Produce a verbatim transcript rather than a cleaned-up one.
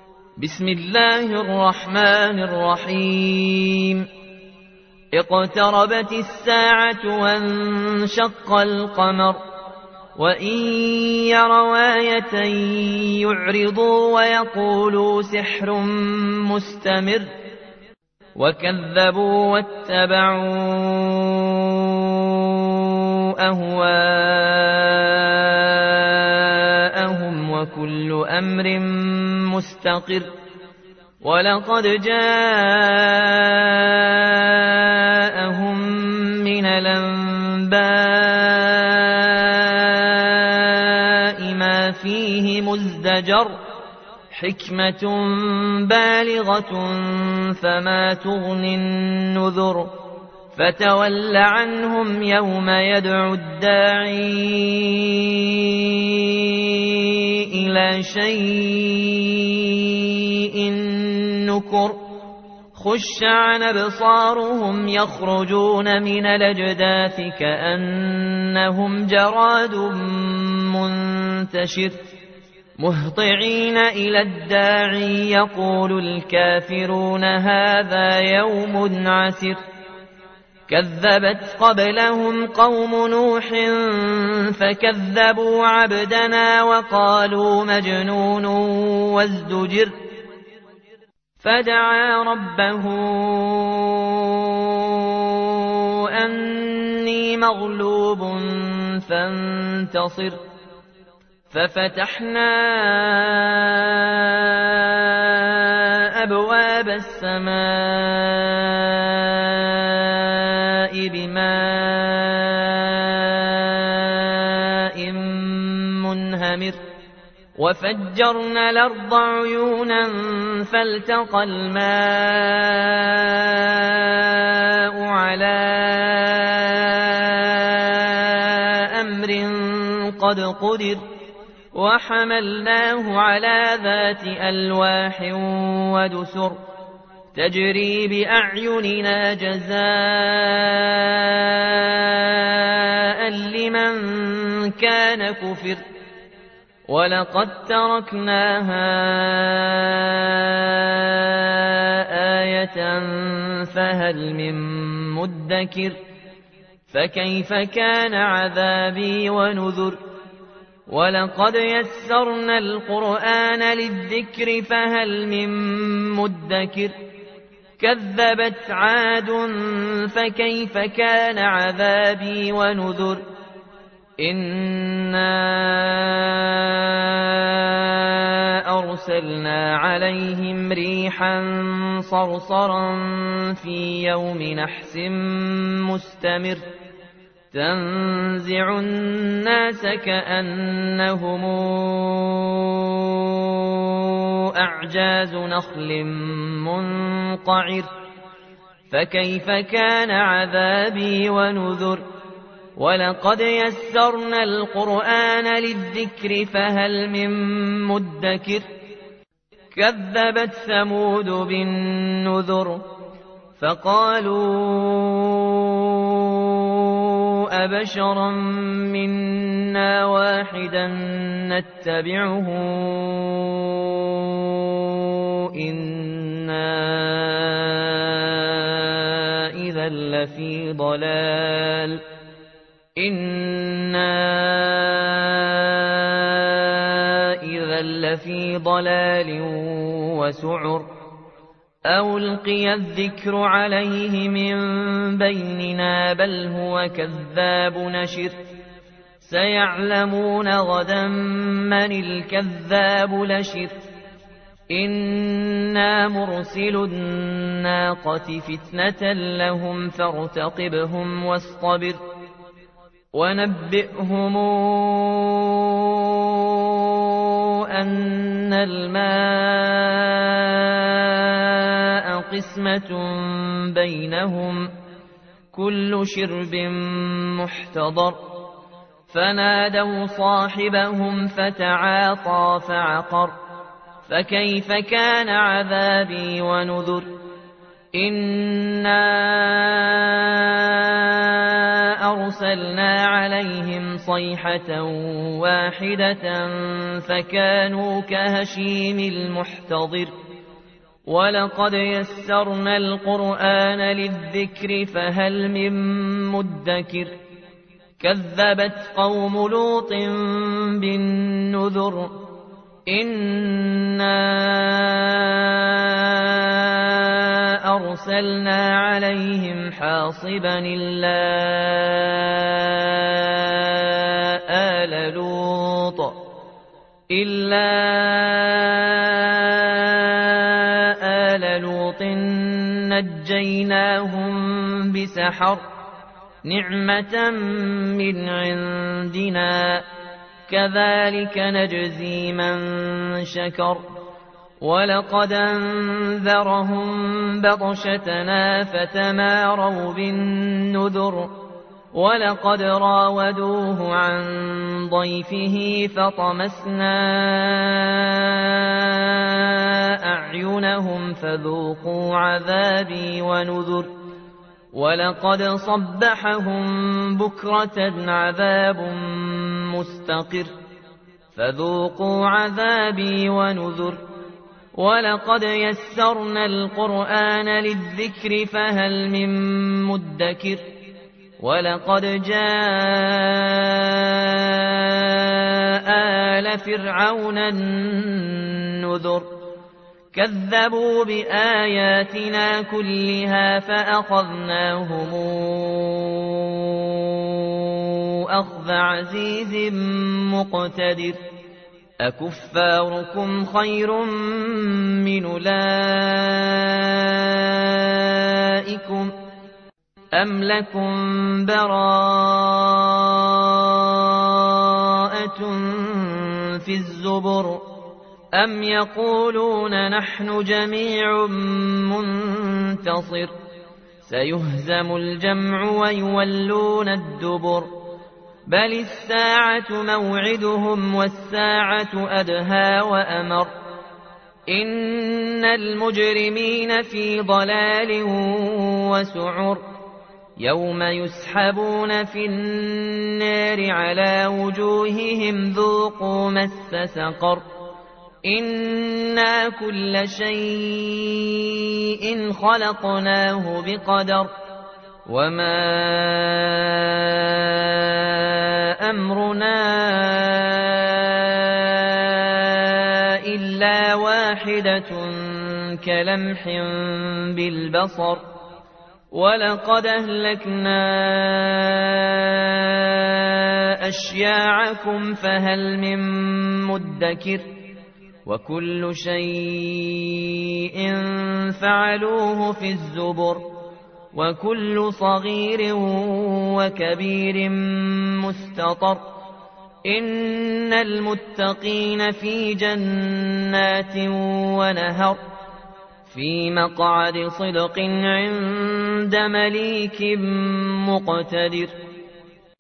بسم الله الرحمن الرحيم اقتربت الساعة وانشق القمر وإن يروا آية يعرضوا ويقولوا سحر مستمر وكذبوا واتبعوا أهواءهم وكل أمر مستقر ولقد جاءهم من الأنباء ما فيه مزدجر حكمة بالغة فما تغني النذر فتول عنهم يوم يدعو الداعي إلى شيء نكر خش عن أبصارهم يخرجون من الأجداث كأنهم جراد منتشر مهطعين إلى الداعي يقول الكافرون هذا يوم عسر كذبت قبلهم قوم نوح فكذبوا عبدنا وقالوا مجنون وازدجر فدعا ربه أني مغلوب فانتصر ففتحنا أبواب السماء بماء منهمر وفجرنا الأرض عيونا فالتقى الماء على أمر قد قدر وحملناه على ذات ألواح ودسر تجري بأعيننا جزاء لمن كان كفر ولقد تركناها آية فهل من مدكر فكيف كان عذابي ونذر ولقد يسرنا القرآن للذكر فهل من مدكر كذبت عاد فكيف كان عذابي ونذر إنا أرسلنا عليهم ريحا صرصرا في يوم نحس مستمر تنزع الناس كأنهم أعجاز نخل منقعر فكيف كان عذابي ونذر ولقد يسرنا القرآن للذكر فهل من مدكر كذبت ثمود بالنذر فقالوا أبشرا منا واحدا نتبعه إنا إذا لفي ضلال إنا إذا لفي ضلال وسعر أو ألقي الذكر عليه من بيننا بل هو كذاب نشر سيعلمون غدا من الكذاب لشر إنا مرسل الناقة فتنة لهم فارتقبهم واصطبر ونبئهم أن الماء قسمة بينهم كل شرب محتضر فنادوا صاحبهم فتعاطى فعقر فكيف كان عذابي ونذر إنا أرسلنا عليهم صيحة واحدة فكانوا كهشيم المحتضر ولقد يسرنا القرآن للذكر فهل من مدكر كذبت قوم لوط بالنذر إنا أرسلنا عليهم حاصبا إلا آل لوط إلا آل لوط نجيناهم بسحر نعمة من عندنا كذلك نجزي من شكر ولقد أنذرهم بطشتنا فتماروا بالنذر ولقد راودوه عن ضيفه فطمسنا أعينهم فذوقوا عذابي ونذر ولقد صبحهم بكرة عذاب مستقر فذوقوا عذابي ونذر ولقد يسرنا القرآن للذكر فهل من مدكر ولقد جاء آل فرعون النذر كذبوا بآياتنا كلها فأخذناهم أخذ عزيز مقتدر أكفاركم خير من أولئكم أم لكم براءة في الزبر أم يقولون نحن جميع منتصر سيهزم الجمع ويولون الدبر بل الساعة موعدهم والساعة أدهى وأمر إن المجرمين في ضلال وسعر يوم يسحبون في النار على وجوههم ذوقوا مس سقر إنا كل شيء خلقناه بقدر وما أمرنا إلا واحدة كلمح بالبصر ولقد أهلكنا أشياعكم فهل من مدكر وكل شيء فعلوه في الزبر وكل صغير وكبير مستطر إن المتقين في جنات ونهر في مقعد صدق عند مليك مقتدر